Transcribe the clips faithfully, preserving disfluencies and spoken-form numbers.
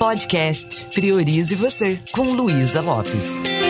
Podcast Priorize Você, com Luísa Lopes.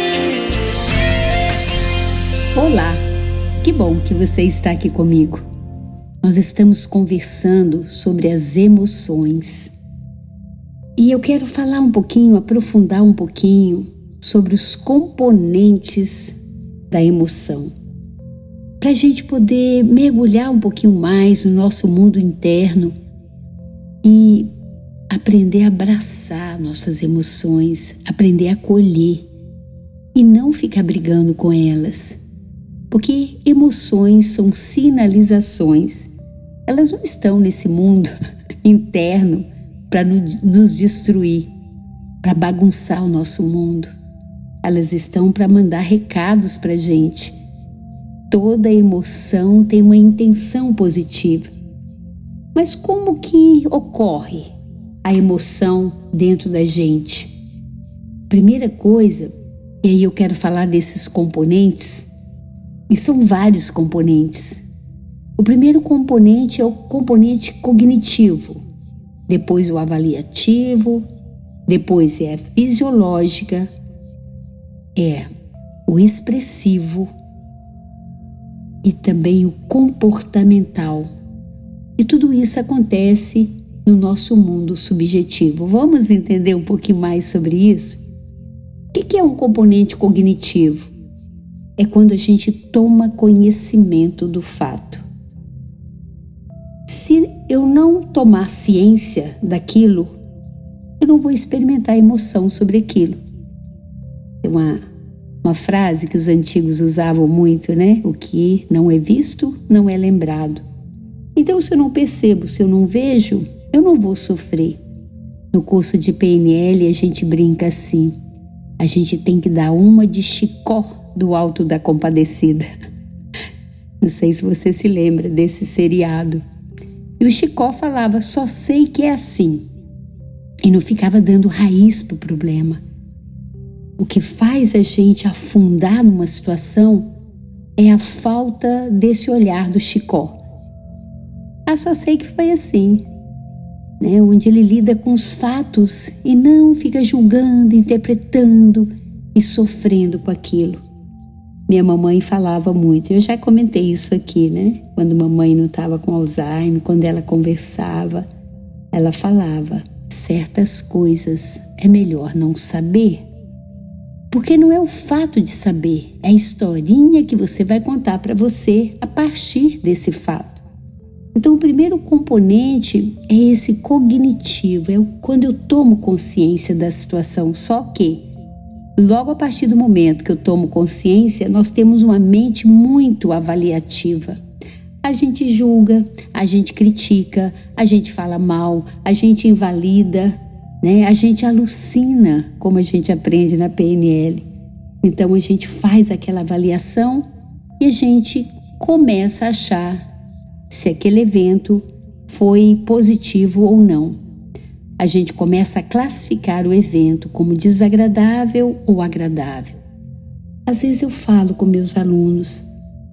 Olá, que bom que você está aqui comigo. Nós estamos conversando sobre as emoções. E eu quero falar um pouquinho, aprofundar um pouquinho sobre os componentes da emoção. Para a gente poder mergulhar um pouquinho mais no nosso mundo interno e aprender a abraçar nossas emoções, aprender a acolher e não ficar brigando com elas. Porque emoções são sinalizações. Elas não estão nesse mundo interno para nos destruir, para bagunçar o nosso mundo. Elas estão para mandar recados para a gente. Toda emoção tem uma intenção positiva. Mas como que ocorre a emoção dentro da gente? Primeira coisa, e aí eu quero falar desses componentes, e são vários componentes. O primeiro componente é o componente cognitivo, depois o avaliativo, depois é a fisiológica, é o expressivo e também o comportamental. E tudo isso acontece no nosso mundo subjetivo. Vamos entender um pouquinho mais sobre isso? O que é um componente cognitivo? É quando a gente toma conhecimento do fato. Se eu não tomar ciência daquilo, eu não vou experimentar emoção sobre aquilo. Tem uma, uma frase que os antigos usavam muito, né? O que não é visto, não é lembrado. Então, se eu não percebo, se eu não vejo, eu não vou sofrer. No curso de P N L, a gente brinca assim. A gente tem que dar uma de Chicó do Alto da Compadecida. Não sei se você se lembra desse seriado. E o Chicó falava, só sei que é assim. E não ficava dando raiz para o problema. O que faz a gente afundar numa situação é a falta desse olhar do Chicó. Ah, só sei que foi assim. Né? Onde ele lida com os fatos e não fica julgando, interpretando e sofrendo com aquilo. Minha mamãe falava muito, eu já comentei isso aqui, né? Quando mamãe não estava com Alzheimer, quando ela conversava, ela falava, certas coisas é melhor não saber. Porque não é o fato de saber, é a historinha que você vai contar para você a partir desse fato. Então, o primeiro componente é esse cognitivo, é quando eu tomo consciência da situação. Só que, logo a partir do momento que eu tomo consciência, nós temos uma mente muito avaliativa. A gente julga, a gente critica, a gente fala mal, a gente invalida, né? A gente alucina, como a gente aprende na P N L. Então, a gente faz aquela avaliação e a gente começa a achar se aquele evento foi positivo ou não. A gente começa a classificar o evento como desagradável ou agradável. Às vezes eu falo com meus alunos,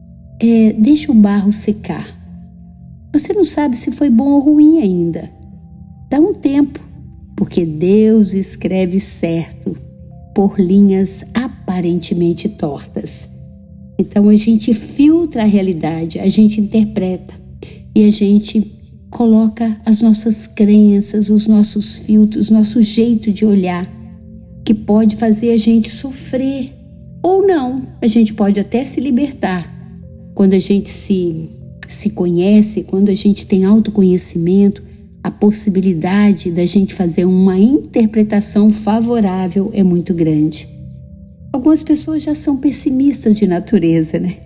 é, deixa o barro secar. Você não sabe se foi bom ou ruim ainda. Dá um tempo, porque Deus escreve certo por linhas aparentemente tortas. Então a gente filtra a realidade, a gente interpreta. E a gente coloca as nossas crenças, os nossos filtros, nosso jeito de olhar, que pode fazer a gente sofrer ou não. A gente pode até se libertar. Quando a gente se, se conhece, quando a gente tem autoconhecimento, a possibilidade da gente fazer uma interpretação favorável é muito grande. Algumas pessoas já são pessimistas de natureza, né?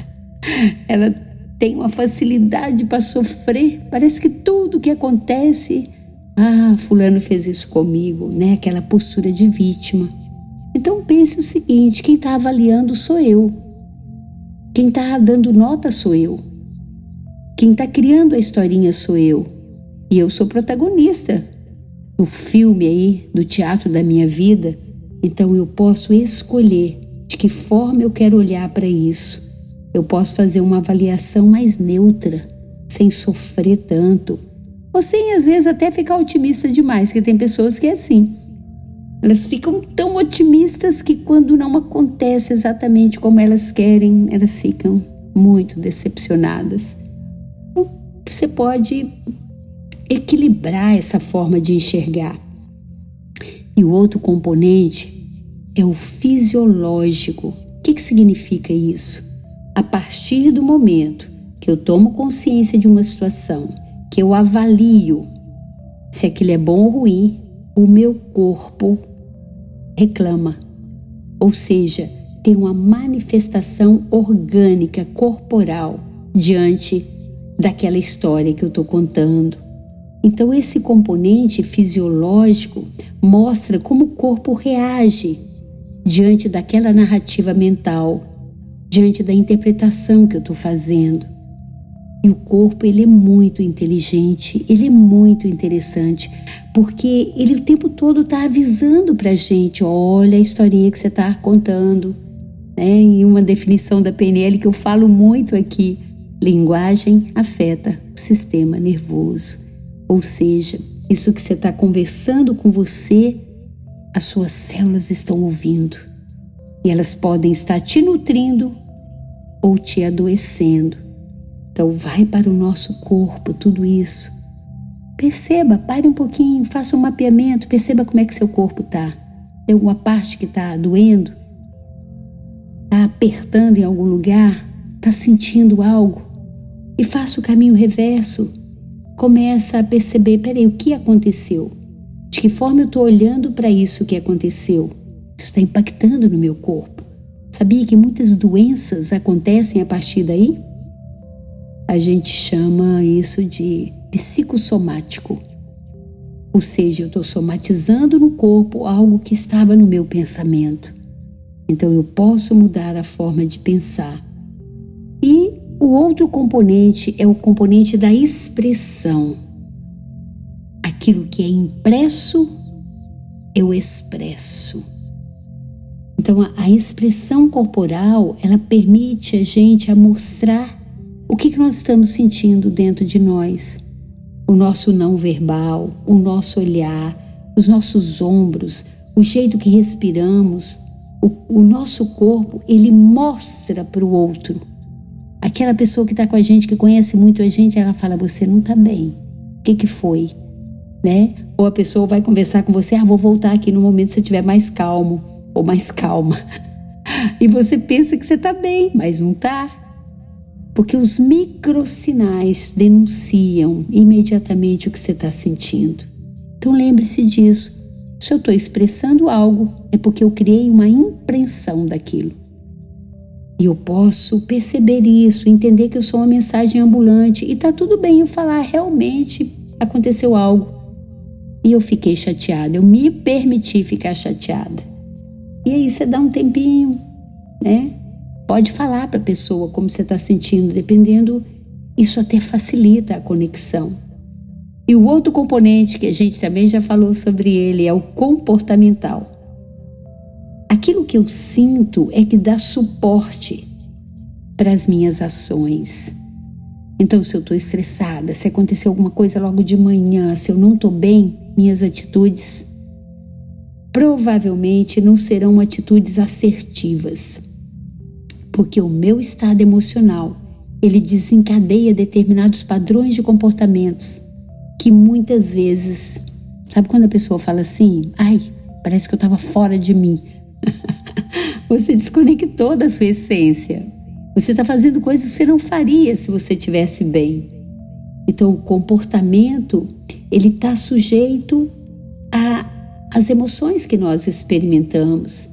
Ela tem uma facilidade para sofrer, parece que tudo que acontece, ah, fulano fez isso comigo, né? Aquela postura de vítima. Então pense o seguinte, quem está avaliando sou eu, quem está dando nota sou eu, quem está criando a historinha sou eu, e eu sou protagonista do filme aí, do teatro da minha vida. Então eu posso escolher de que forma eu quero olhar para isso. Eu posso fazer uma avaliação mais neutra, sem sofrer tanto, ou sem às vezes até ficar otimista demais, que tem pessoas que é assim. Elas ficam tão otimistas que quando não acontece exatamente como elas querem, elas ficam muito decepcionadas. Então, você pode equilibrar essa forma de enxergar. E o outro componente é o fisiológico. O que que significa isso? A partir do momento que eu tomo consciência de uma situação, que eu avalio se aquilo é bom ou ruim, o meu corpo reclama. Ou seja, tem uma manifestação orgânica, corporal, diante daquela história que eu estou contando. Então, esse componente fisiológico mostra como o corpo reage diante daquela narrativa mental, diante da interpretação que eu estou fazendo. E o corpo, ele é muito inteligente, ele é muito interessante, porque ele o tempo todo está avisando para a gente, olha a historinha que você está contando, né? E uma definição da P N L que eu falo muito aqui, linguagem afeta o sistema nervoso. Ou seja, isso que você está conversando com você, as suas células estão ouvindo. E elas podem estar te nutrindo ou te adoecendo. Então vai para o nosso corpo tudo isso. Perceba, pare um pouquinho, faça um mapeamento, perceba como é que seu corpo está. Tem alguma parte que está doendo? Está apertando em algum lugar? Está sentindo algo? E faça o caminho reverso. Começa a perceber, peraí, o que aconteceu? De que forma eu estou olhando para isso que aconteceu? Isso está impactando no meu corpo. Sabia que muitas doenças acontecem a partir daí? A gente chama isso de psicossomático. Ou seja, eu estou somatizando no corpo algo que estava no meu pensamento. Então eu posso mudar a forma de pensar. E o outro componente é o componente da expressão. Aquilo que é impresso, eu expresso. Então a, a expressão corporal, ela permite a gente a mostrar o que, que nós estamos sentindo dentro de nós. O nosso não verbal, o nosso olhar, os nossos ombros, o jeito que respiramos, o, o nosso corpo, ele mostra para o outro. Aquela pessoa que está com a gente, que conhece muito a gente, ela fala, você não está bem. O que que foi? Né? Ou a pessoa vai conversar com você, ah, vou voltar aqui no momento que você estiver mais calmo ou mais calma. E você pensa que você está bem, mas não está. Porque os microsinais denunciam imediatamente o que você está sentindo. Então lembre-se disso. Se eu estou expressando algo, é porque eu criei uma impressão daquilo. E eu posso perceber isso, entender que eu sou uma mensagem ambulante. E está tudo bem eu falar, realmente aconteceu algo. E eu fiquei chateada, eu me permiti ficar chateada. E aí você dá um tempinho, né? Pode falar para a pessoa como você está sentindo, dependendo, isso até facilita a conexão. E o outro componente que a gente também já falou sobre ele é o comportamental. Aquilo que eu sinto é que dá suporte para as minhas ações. Então, se eu estou estressada, se aconteceu alguma coisa logo de manhã, se eu não estou bem, minhas atitudes provavelmente não serão atitudes assertivas. Porque o meu estado emocional, ele desencadeia determinados padrões de comportamentos que muitas vezes, sabe quando a pessoa fala assim, ai, parece que eu estava fora de mim. Você desconectou da sua essência. Você está fazendo coisas que você não faria se você estivesse bem. Então o comportamento, ele está sujeito às emoções que nós experimentamos.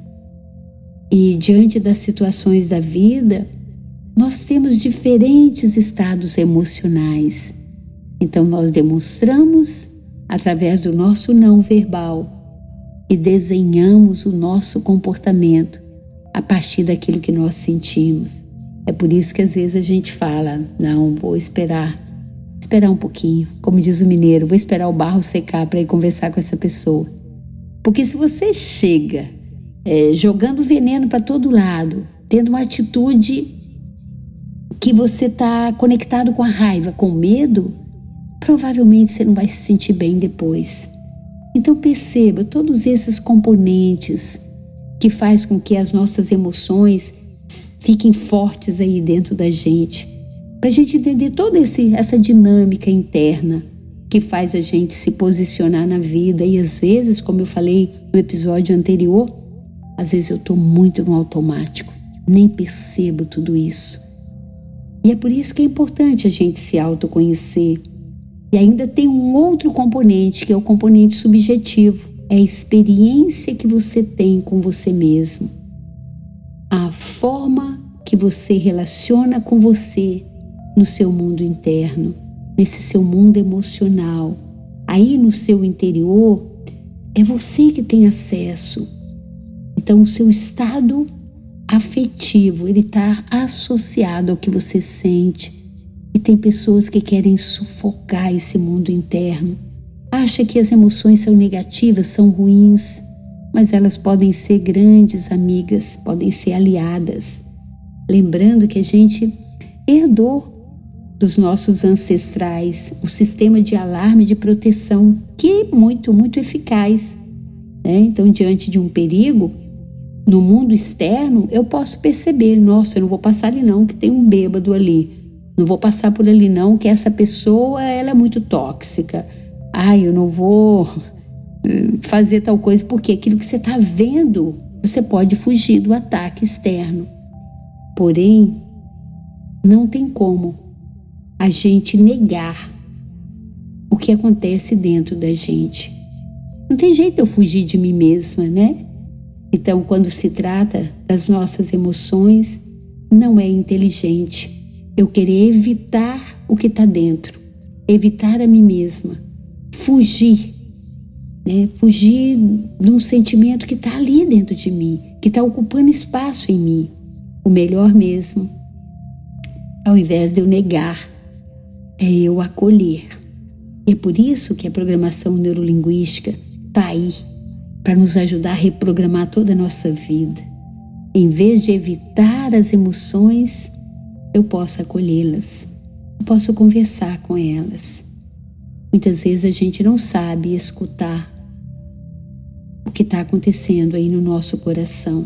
E diante das situações da vida, nós temos diferentes estados emocionais. Então nós demonstramos através do nosso não verbal e desenhamos o nosso comportamento a partir daquilo que nós sentimos. É por isso que às vezes a gente fala, não, vou esperar, esperar um pouquinho. Como diz o mineiro, vou esperar o barro secar para ir conversar com essa pessoa. Porque se você chega é, jogando veneno para todo lado, tendo uma atitude que você está conectado com a raiva, com medo, provavelmente você não vai se sentir bem depois. Então perceba todos esses componentes que faz com que as nossas emoções fiquem fortes aí dentro da gente, para a gente entender toda esse, essa dinâmica interna que faz a gente se posicionar na vida. E às vezes, como eu falei no episódio anterior, às vezes eu estou muito no automático, nem percebo tudo isso. E é por isso que é importante a gente se autoconhecer. E ainda tem um outro componente, que é o componente subjetivo, é a experiência que você tem com você mesmo, a forma que você relaciona com você no seu mundo interno, nesse seu mundo emocional. Aí no seu interior é você que tem acesso. Então o seu estado afetivo, ele está associado ao que você sente. E tem pessoas que querem sufocar esse mundo interno. Acha que as emoções são negativas, são ruins, mas elas podem ser grandes amigas, podem ser aliadas. Lembrando que a gente herdou dos nossos ancestrais o sistema de alarme de proteção, que é muito, muito eficaz, né? Então, diante de um perigo, no mundo externo, eu posso perceber, nossa, eu não vou passar ali não, que tem um bêbado ali. Não vou passar por ali não, que essa pessoa, ela é muito tóxica. Ai, eu não vou fazer tal coisa, porque aquilo que você está vendo, você pode fugir do ataque externo. Porém, não tem como a gente negar o que acontece dentro da gente. Não tem jeito de eu fugir de mim mesma, né? Então, quando se trata das nossas emoções, não é inteligente eu querer evitar o que está dentro, evitar a mim mesma, fugir, né? Fugir de um sentimento que está ali dentro de mim, que está ocupando espaço em mim. O melhor mesmo, ao invés de eu negar, é eu acolher. E é por isso que a programação neurolinguística está aí, para nos ajudar a reprogramar toda a nossa vida. Em vez de evitar as emoções, eu posso acolhê-las, eu posso conversar com elas. Muitas vezes a gente não sabe escutar o que está acontecendo aí no nosso coração.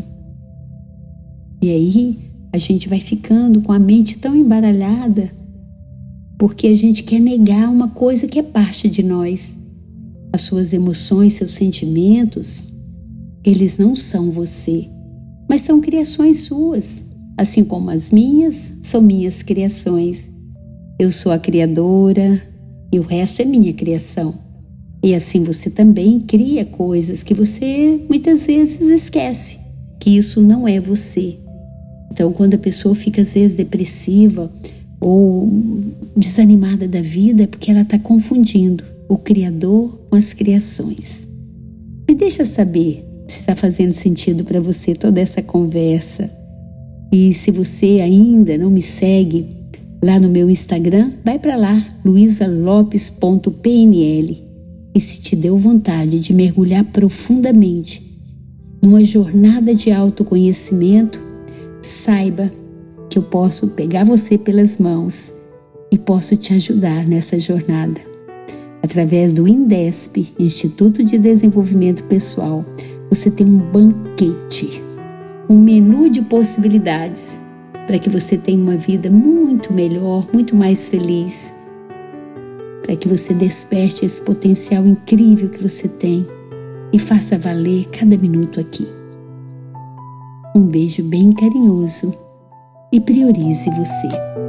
E aí a gente vai ficando com a mente tão embaralhada, porque a gente quer negar uma coisa que é parte de nós. As suas emoções, seus sentimentos, eles não são você, mas são criações suas. Assim como as minhas são minhas criações. Eu sou a criadora e o resto é minha criação. E assim você também cria coisas que você muitas vezes esquece, que isso não é você. Então, quando a pessoa fica às vezes depressiva ou desanimada da vida, é porque ela está confundindo o Criador com as criações. Me deixa saber se está fazendo sentido para você toda essa conversa. E se você ainda não me segue lá no meu Instagram, vai para lá, luiza lopes ponto p n l. E se te deu vontade de mergulhar profundamente numa jornada de autoconhecimento, saiba que eu posso pegar você pelas mãos e posso te ajudar nessa jornada. Através do INDESP, Instituto de Desenvolvimento Pessoal, você tem um banquete, um menu de possibilidades para que você tenha uma vida muito melhor, muito mais feliz, para que você desperte esse potencial incrível que você tem e faça valer cada minuto aqui. Um beijo bem carinhoso e priorize você.